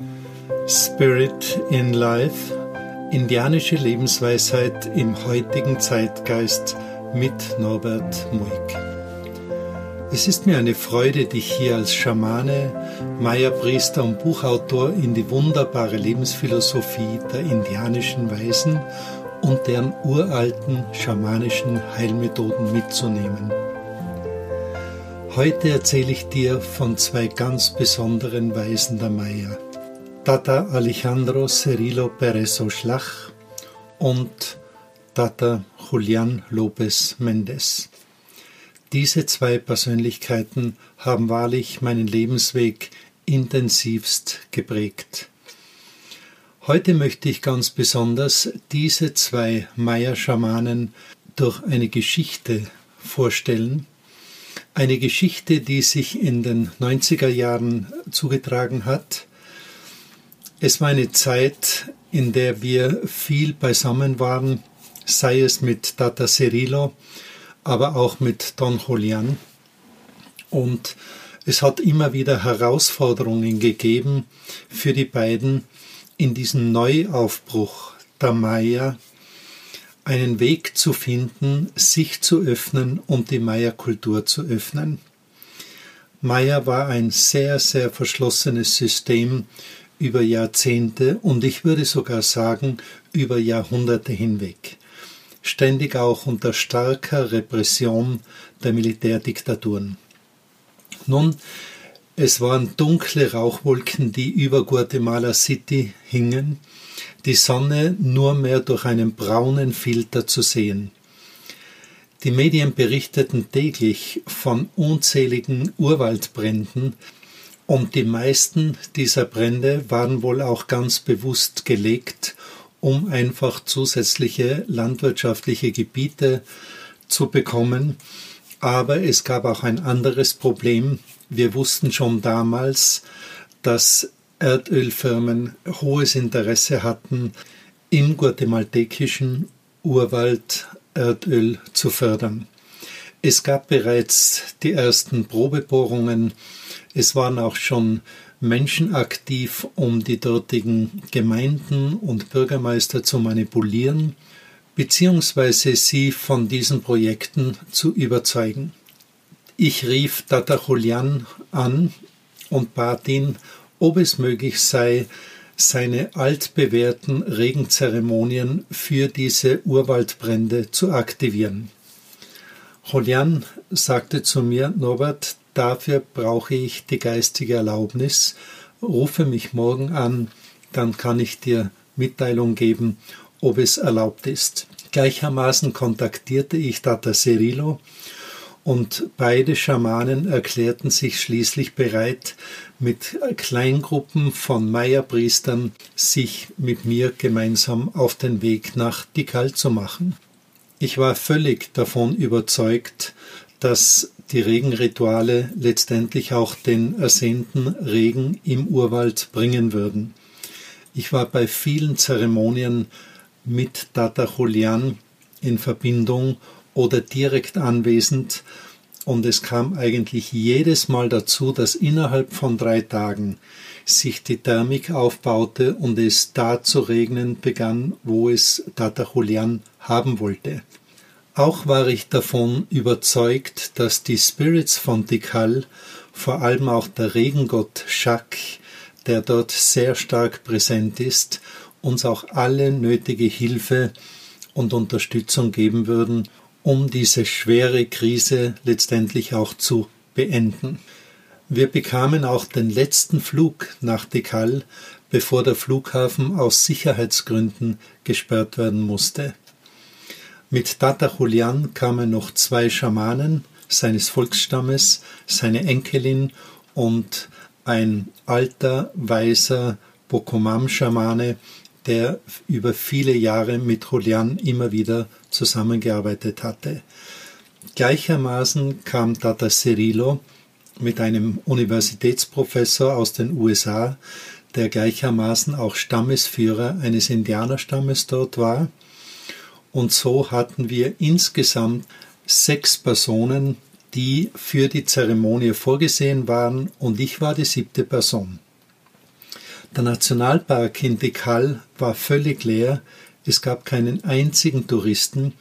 Spirit in Life, indianische Lebensweisheit im heutigen Zeitgeist mit Norbert Muick. Es ist mir eine Freude, dich hier als Schamane, Maya-Priester und Buchautor in die wunderbare Lebensphilosophie der indianischen Weisen und deren uralten schamanischen Heilmethoden mitzunehmen. Heute erzähle ich dir von zwei ganz besonderen Weisen der Maya, Tata Alejandro Cirilo Pérez Oxlack und Tata Julián López Méndez. Diese zwei Persönlichkeiten haben wahrlich meinen Lebensweg intensivst geprägt. Heute möchte ich ganz besonders diese zwei Maya-Schamanen durch eine Geschichte vorstellen. Eine Geschichte, die sich in den 90er Jahren zugetragen hat. Es war eine Zeit, in der wir viel beisammen waren, sei es mit Tata Cirilo, aber auch mit Don Julián. Und es hat immer wieder Herausforderungen gegeben für die beiden, in diesem Neuaufbruch der Maya einen Weg zu finden, sich zu öffnen und die Maya-Kultur zu öffnen. Maya war ein sehr, sehr verschlossenes System über Jahrzehnte und ich würde sogar sagen, über Jahrhunderte hinweg. Ständig auch unter starker Repression der Militärdiktaturen. Nun, es waren dunkle Rauchwolken, die über Guatemala City hingen, die Sonne nur mehr durch einen braunen Filter zu sehen. Die Medien berichteten täglich von unzähligen Urwaldbränden und die meisten dieser Brände waren wohl auch ganz bewusst gelegt, um einfach zusätzliche landwirtschaftliche Gebiete zu bekommen. Aber es gab auch ein anderes Problem. Wir wussten schon damals, dass Erdölfirmen hohes Interesse hatten, im guatemaltekischen Urwald Erdöl zu fördern. Es gab bereits die ersten Probebohrungen. Es waren auch schon Menschen aktiv, um die dortigen Gemeinden und Bürgermeister zu manipulieren, beziehungsweise sie von diesen Projekten zu überzeugen. Ich rief Tata Julián an und bat ihn, ob es möglich sei, seine altbewährten Regenzeremonien für diese Urwaldbrände zu aktivieren. Julián sagte zu mir: Norbert, dafür brauche ich die geistige Erlaubnis. Rufe mich morgen an, dann kann ich dir Mitteilung geben, ob es erlaubt ist. Gleichermaßen kontaktierte ich Tata Cirilo und beide Schamanen erklärten sich schließlich bereit, mit Kleingruppen von Maya-Priestern sich mit mir gemeinsam auf den Weg nach Tikal zu machen. Ich war völlig davon überzeugt, dass die Regenrituale letztendlich auch den ersehnten Regen im Urwald bringen würden. Ich war bei vielen Zeremonien mit Tata Julián in Verbindung oder direkt anwesend und es kam eigentlich jedes Mal dazu, dass innerhalb von 3 Tagen sich die Thermik aufbaute und es da zu regnen begann, wo es Tata Julián haben wollte. Auch war ich davon überzeugt, dass die Spirits von Tikal, vor allem auch der Regengott Shak, der dort sehr stark präsent ist, uns auch alle nötige Hilfe und Unterstützung geben würden, um diese schwere Krise letztendlich auch zu beenden. Wir bekamen auch den letzten Flug nach Tikal, bevor der Flughafen aus Sicherheitsgründen gesperrt werden musste. Mit Tata Julián kamen noch 2 Schamanen seines Volksstammes, seine Enkelin und ein alter, weiser Bokomam-Schamane, der über viele Jahre mit Julián immer wieder zusammengearbeitet hatte. Gleichermaßen kam Tata Cirilo mit einem Universitätsprofessor aus den USA, der gleichermaßen auch Stammesführer eines Indianerstammes dort war. Und so hatten wir insgesamt 6 Personen, die für die Zeremonie vorgesehen waren, und ich war die 7. Person. Der Nationalpark in Tikal war völlig leer, es gab keinen einzigen Touristen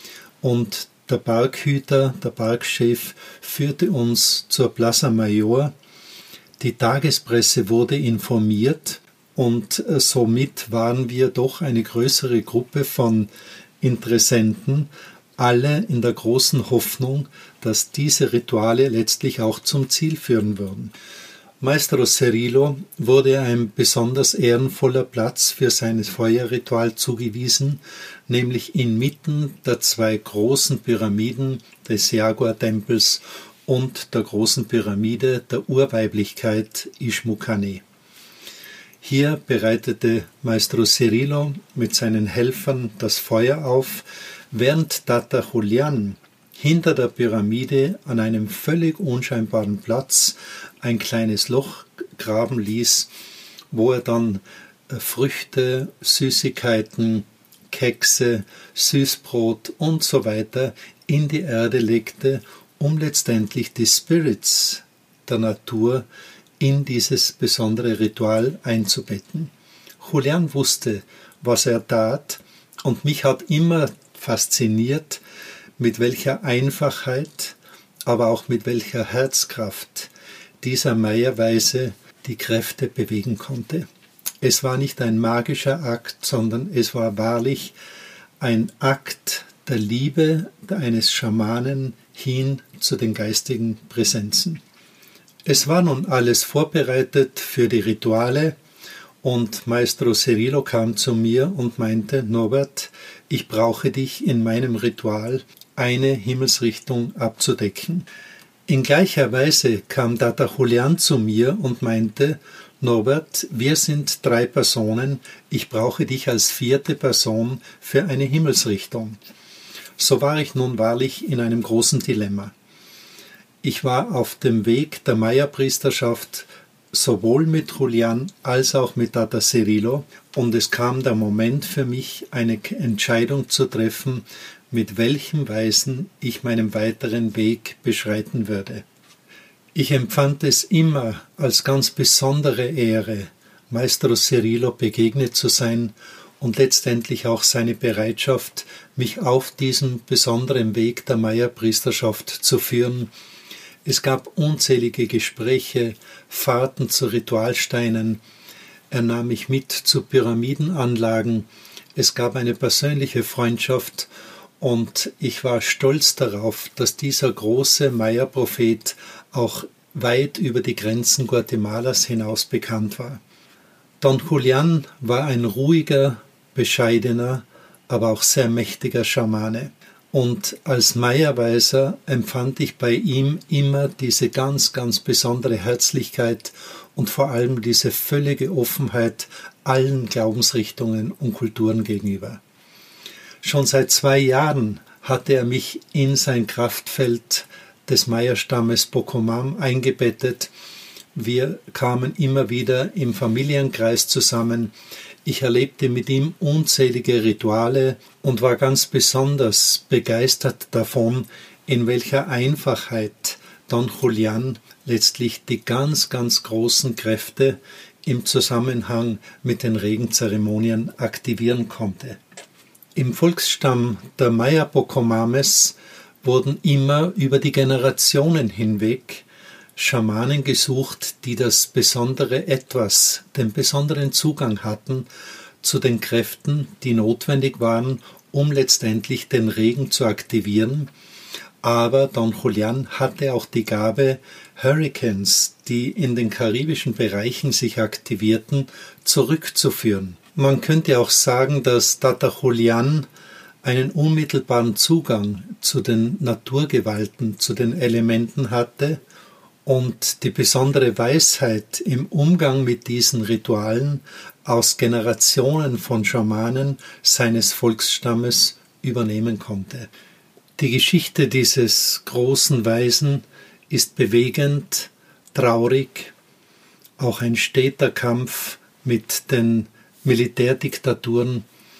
und der Parkhüter, der Parkchef, führte uns zur Plaza Mayor. Die Tagespresse wurde informiert und somit waren wir doch eine größere Gruppe von Interessenten, alle in der großen Hoffnung, dass diese Rituale letztlich auch zum Ziel führen würden. Maestro Cirilo wurde ein besonders ehrenvoller Platz für sein Feuerritual zugewiesen, nämlich inmitten der zwei großen Pyramiden des Jaguar-Tempels und der großen Pyramide der Urweiblichkeit Ishmukane. Hier bereitete Maestro Cirilo mit seinen Helfern das Feuer auf, während Tata Julián hinter der Pyramide an einem völlig unscheinbaren Platz ein kleines Loch graben ließ, wo er dann Früchte, Süßigkeiten, Kekse, Süßbrot und so weiter in die Erde legte, um letztendlich die Spirits der Natur in dieses besondere Ritual einzubetten. Julián wusste, was er tat, und mich hat immer fasziniert, mit welcher Einfachheit, aber auch mit welcher Herzkraft dieser Meierweise die Kräfte bewegen konnte. Es war nicht ein magischer Akt, sondern es war wahrlich ein Akt der Liebe eines Schamanen hin zu den geistigen Präsenzen. Es war nun alles vorbereitet für die Rituale und Maestro Cirilo kam zu mir und meinte: Norbert, ich brauche dich in meinem Ritual, eine Himmelsrichtung abzudecken. In gleicher Weise kam Tata Julián zu mir und meinte: Norbert, wir sind 3 Personen, ich brauche dich als 4. Person für eine Himmelsrichtung. So war ich nun wahrlich in einem großen Dilemma. Ich war auf dem Weg der Maya-Priesterschaft sowohl mit Julián als auch mit Tata Cirilo, und es kam der Moment für mich, eine Entscheidung zu treffen, mit welchem Weisen ich meinen weiteren Weg beschreiten würde. Ich empfand es immer als ganz besondere Ehre, Maestro Cirilo begegnet zu sein und letztendlich auch seine Bereitschaft, mich auf diesem besonderen Weg der Maya-Priesterschaft zu führen. Es gab unzählige Gespräche, Fahrten zu Ritualsteinen, er nahm mich mit zu Pyramidenanlagen, es gab eine persönliche Freundschaft und ich war stolz darauf, dass dieser große Maya-Prophet auch weit über die Grenzen Guatemalas hinaus bekannt war. Don Julián war ein ruhiger, bescheidener, aber auch sehr mächtiger Schamane. Und als Maya-Weiser empfand ich bei ihm immer diese ganz, ganz besondere Herzlichkeit und vor allem diese völlige Offenheit allen Glaubensrichtungen und Kulturen gegenüber. Schon seit 2 Jahren hatte er mich in sein Kraftfeld des Maya-Stammes Pocomam eingebettet. Wir kamen immer wieder im Familienkreis zusammen. Ich erlebte mit ihm unzählige Rituale und war ganz besonders begeistert davon, in welcher Einfachheit Don Julián letztlich die ganz, ganz großen Kräfte im Zusammenhang mit den Regenzeremonien aktivieren konnte. Im Volksstamm der Maya-Pocomames wurden immer über die Generationen hinweg Schamanen gesucht, die das besondere Etwas, den besonderen Zugang hatten zu den Kräften, die notwendig waren, um letztendlich den Regen zu aktivieren. Aber Don Julián hatte auch die Gabe, Hurricanes, die in den karibischen Bereichen sich aktivierten, zurückzuführen. Man könnte auch sagen, dass Tata Julián einen unmittelbaren Zugang zu den Naturgewalten, zu den Elementen hatte und die besondere Weisheit im Umgang mit diesen Ritualen aus Generationen von Schamanen seines Volksstammes übernehmen konnte. Die Geschichte dieses großen Weisen ist bewegend, traurig, auch ein steter Kampf mit den Militärdiktaturen.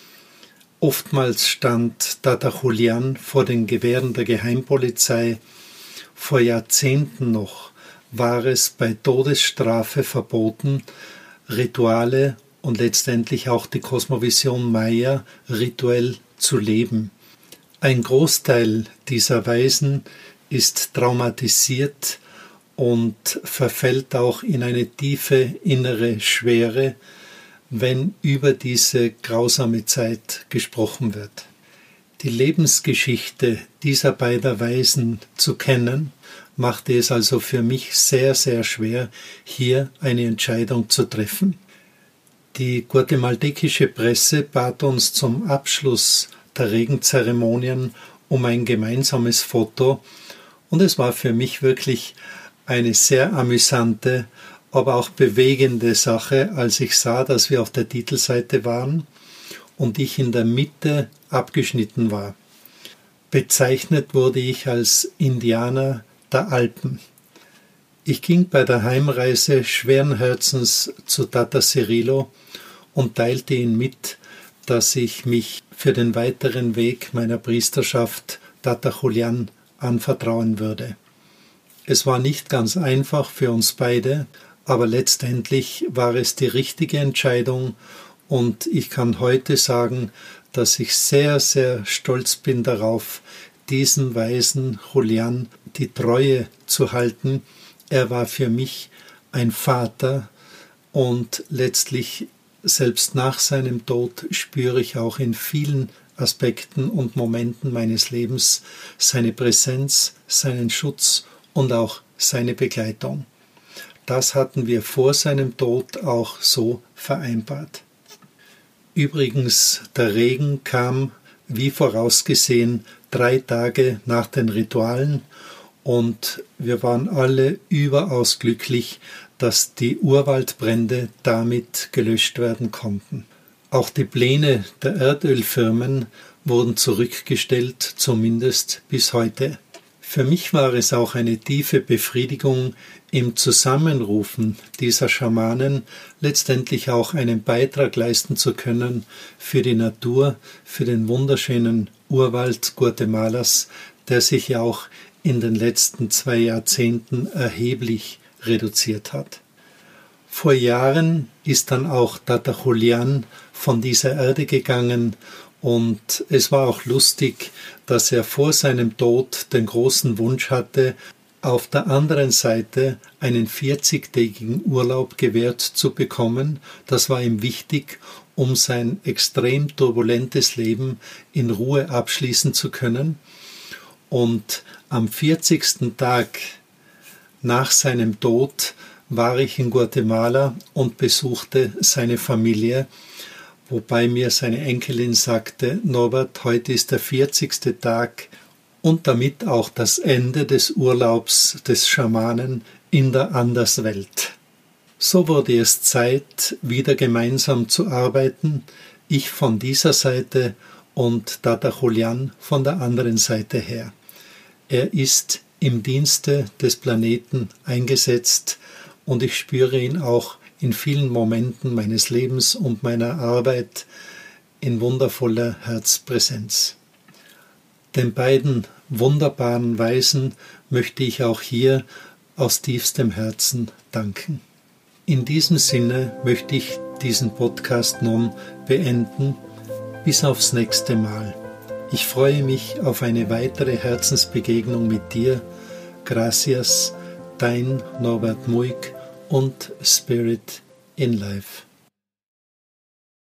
Oftmals stand Tata Julián vor den Gewehren der Geheimpolizei. Vor Jahrzehnten noch war es bei Todesstrafe verboten, Rituale und letztendlich auch die Kosmovision Maya rituell zu leben. Ein Großteil dieser Weisen ist traumatisiert und verfällt auch in eine tiefe innere Schwere, wenn über diese grausame Zeit gesprochen wird. Die Lebensgeschichte dieser beiden Weisen zu kennen, machte es also für mich sehr, sehr schwer, hier eine Entscheidung zu treffen. Die guatemaltekische Presse bat uns zum Abschluss der Regenzeremonien um ein gemeinsames Foto und es war für mich wirklich eine sehr amüsante, aber auch bewegende Sache, als ich sah, dass wir auf der Titelseite waren und ich in der Mitte abgeschnitten war. Bezeichnet wurde ich als Indianer der Alpen. Ich ging bei der Heimreise schweren Herzens zu Tata Cirilo und teilte ihm mit, dass ich mich für den weiteren Weg meiner Priesterschaft Tata Julián anvertrauen würde. Es war nicht ganz einfach für uns beide, aber letztendlich war es die richtige Entscheidung und ich kann heute sagen, dass ich sehr, sehr stolz bin darauf, diesem weisen Julián die Treue zu halten. Er war für mich ein Vater und letztlich selbst nach seinem Tod spüre ich auch in vielen Aspekten und Momenten meines Lebens seine Präsenz, seinen Schutz und auch seine Begleitung. Das hatten wir vor seinem Tod auch so vereinbart. Übrigens, der Regen kam, wie vorausgesehen, 3 Tage nach den Ritualen und wir waren alle überaus glücklich, dass die Urwaldbrände damit gelöscht werden konnten. Auch die Pläne der Erdölfirmen wurden zurückgestellt, zumindest bis heute. Für mich war es auch eine tiefe Befriedigung, im Zusammenrufen dieser Schamanen letztendlich auch einen Beitrag leisten zu können für die Natur, für den wunderschönen Urwald Guatemalas, der sich ja auch in den letzten 2 Jahrzehnten erheblich reduziert hat. Vor Jahren ist dann auch Tata Julián von dieser Erde gegangen und es war auch lustig, dass er vor seinem Tod den großen Wunsch hatte, auf der anderen Seite einen 40-tägigen Urlaub gewährt zu bekommen. Das war ihm wichtig, um sein extrem turbulentes Leben in Ruhe abschließen zu können. Und am 40. Tag nach seinem Tod war ich in Guatemala und besuchte seine Familie, wobei mir seine Enkelin sagte, Norbert, heute ist der 40. Tag und damit auch das Ende des Urlaubs des Schamanen in der Anderswelt. So wurde es Zeit, wieder gemeinsam zu arbeiten, ich von dieser Seite und Tata Julián von der anderen Seite her. Er ist im Dienste des Planeten eingesetzt und ich spüre ihn auch in vielen Momenten meines Lebens und meiner Arbeit in wundervoller Herzpräsenz. Den beiden wunderbaren Weisen möchte ich auch hier aus tiefstem Herzen danken. In diesem Sinne möchte ich diesen Podcast nun beenden. Bis aufs nächste Mal. Ich freue mich auf eine weitere Herzensbegegnung mit dir. Gracias, dein Norbert Muig und Spirit in Life.